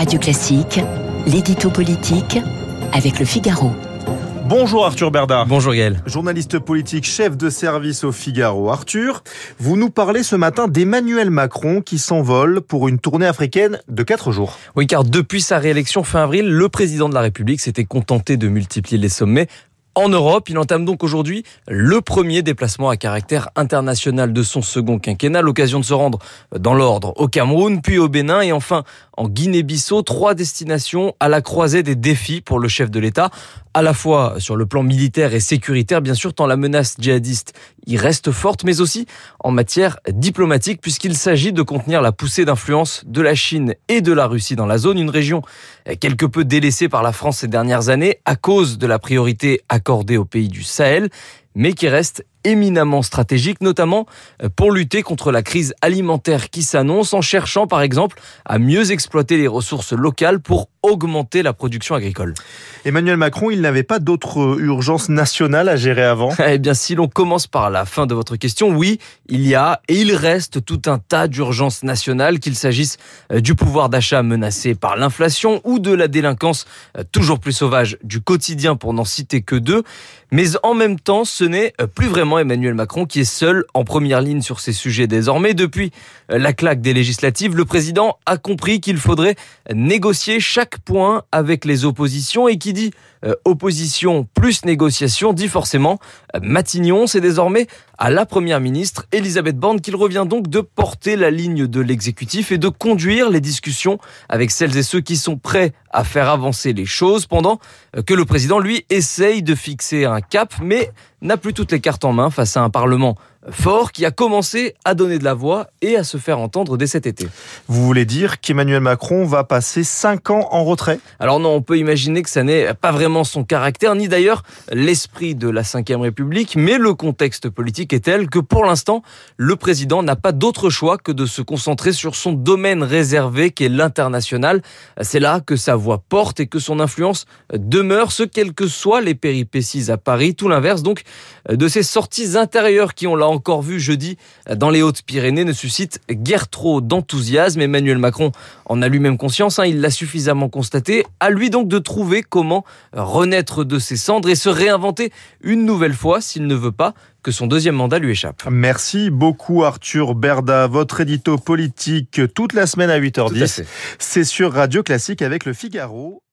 Radio Classique, l'édito politique avec Le Figaro. Bonjour Arthur Berda. Bonjour Gaël. Journaliste politique, chef de service au Figaro. Arthur, vous nous parlez ce matin d'Emmanuel Macron qui s'envole pour une tournée africaine de 4 jours. Oui, car depuis sa réélection fin avril, le président de la République s'était contenté de multiplier les sommets. En Europe, il entame donc aujourd'hui le premier déplacement à caractère international de son second quinquennat, l'occasion de se rendre dans l'ordre au Cameroun, puis au Bénin et enfin en Guinée-Bissau. 3 destinations à la croisée des défis pour le chef de l'État, à la fois sur le plan militaire et sécuritaire, bien sûr, tant la menace djihadiste y reste forte, mais aussi en matière diplomatique, puisqu'il s'agit de contenir la poussée d'influence de la Chine et de la Russie dans la zone, une région quelque peu délaissée par la France ces dernières années à cause de la priorité accordée aux pays du Sahel, mais qui reste éminemment stratégique, notamment pour lutter contre la crise alimentaire qui s'annonce, en cherchant par exemple à mieux exploiter les ressources locales pour augmenter la production agricole. Emmanuel Macron, il n'avait pas d'autres urgences nationales à gérer avant ? Eh bien, si l'on commence par la fin de votre question, oui, il y a et il reste tout un tas d'urgences nationales, qu'il s'agisse du pouvoir d'achat menacé par l'inflation ou de la délinquance toujours plus sauvage du quotidien, pour n'en citer que 2. Mais en même temps, ce n'est plus vraiment Emmanuel Macron qui est seul en première ligne sur ces sujets désormais. Depuis la claque des législatives, le président a compris qu'il faudrait négocier chaque point avec les oppositions, et qui dit opposition plus négociation dit forcément Matignon. C'est désormais à la première ministre Elisabeth Borne qu'il revient donc de porter la ligne de l'exécutif et de conduire les discussions avec celles et ceux qui sont prêts à faire avancer les choses, pendant que le président, lui, essaye de fixer un cap, mais n'a plus toutes les cartes en main face à un Parlement fort qui a commencé à donner de la voix et à se faire entendre dès cet été. Vous voulez dire qu'Emmanuel Macron va passer 5 ans en retrait ? Alors non, on peut imaginer que ça n'est pas vraiment son caractère, ni d'ailleurs l'esprit de la Ve République, mais le contexte politique est tel que pour l'instant, le président n'a pas d'autre choix que de se concentrer sur son domaine réservé qu'est l'international. C'est là que sa voix porte et que son influence demeure, ce quelles que soient les péripéties à Paris. Tout l'inverse donc de ces sorties intérieures qui, on l'a encore vu jeudi dans les Hautes-Pyrénées, ne suscitent guère trop d'enthousiasme. Emmanuel Macron en a lui-même conscience, il l'a suffisamment constaté. À lui donc de trouver comment renaître de ses cendres et se réinventer une nouvelle fois s'il ne veut pas que son deuxième mandat lui échappe. Merci beaucoup Arthur Berda. Votre édito politique toute la semaine à 8h10. C'est sur Radio Classique avec Le Figaro.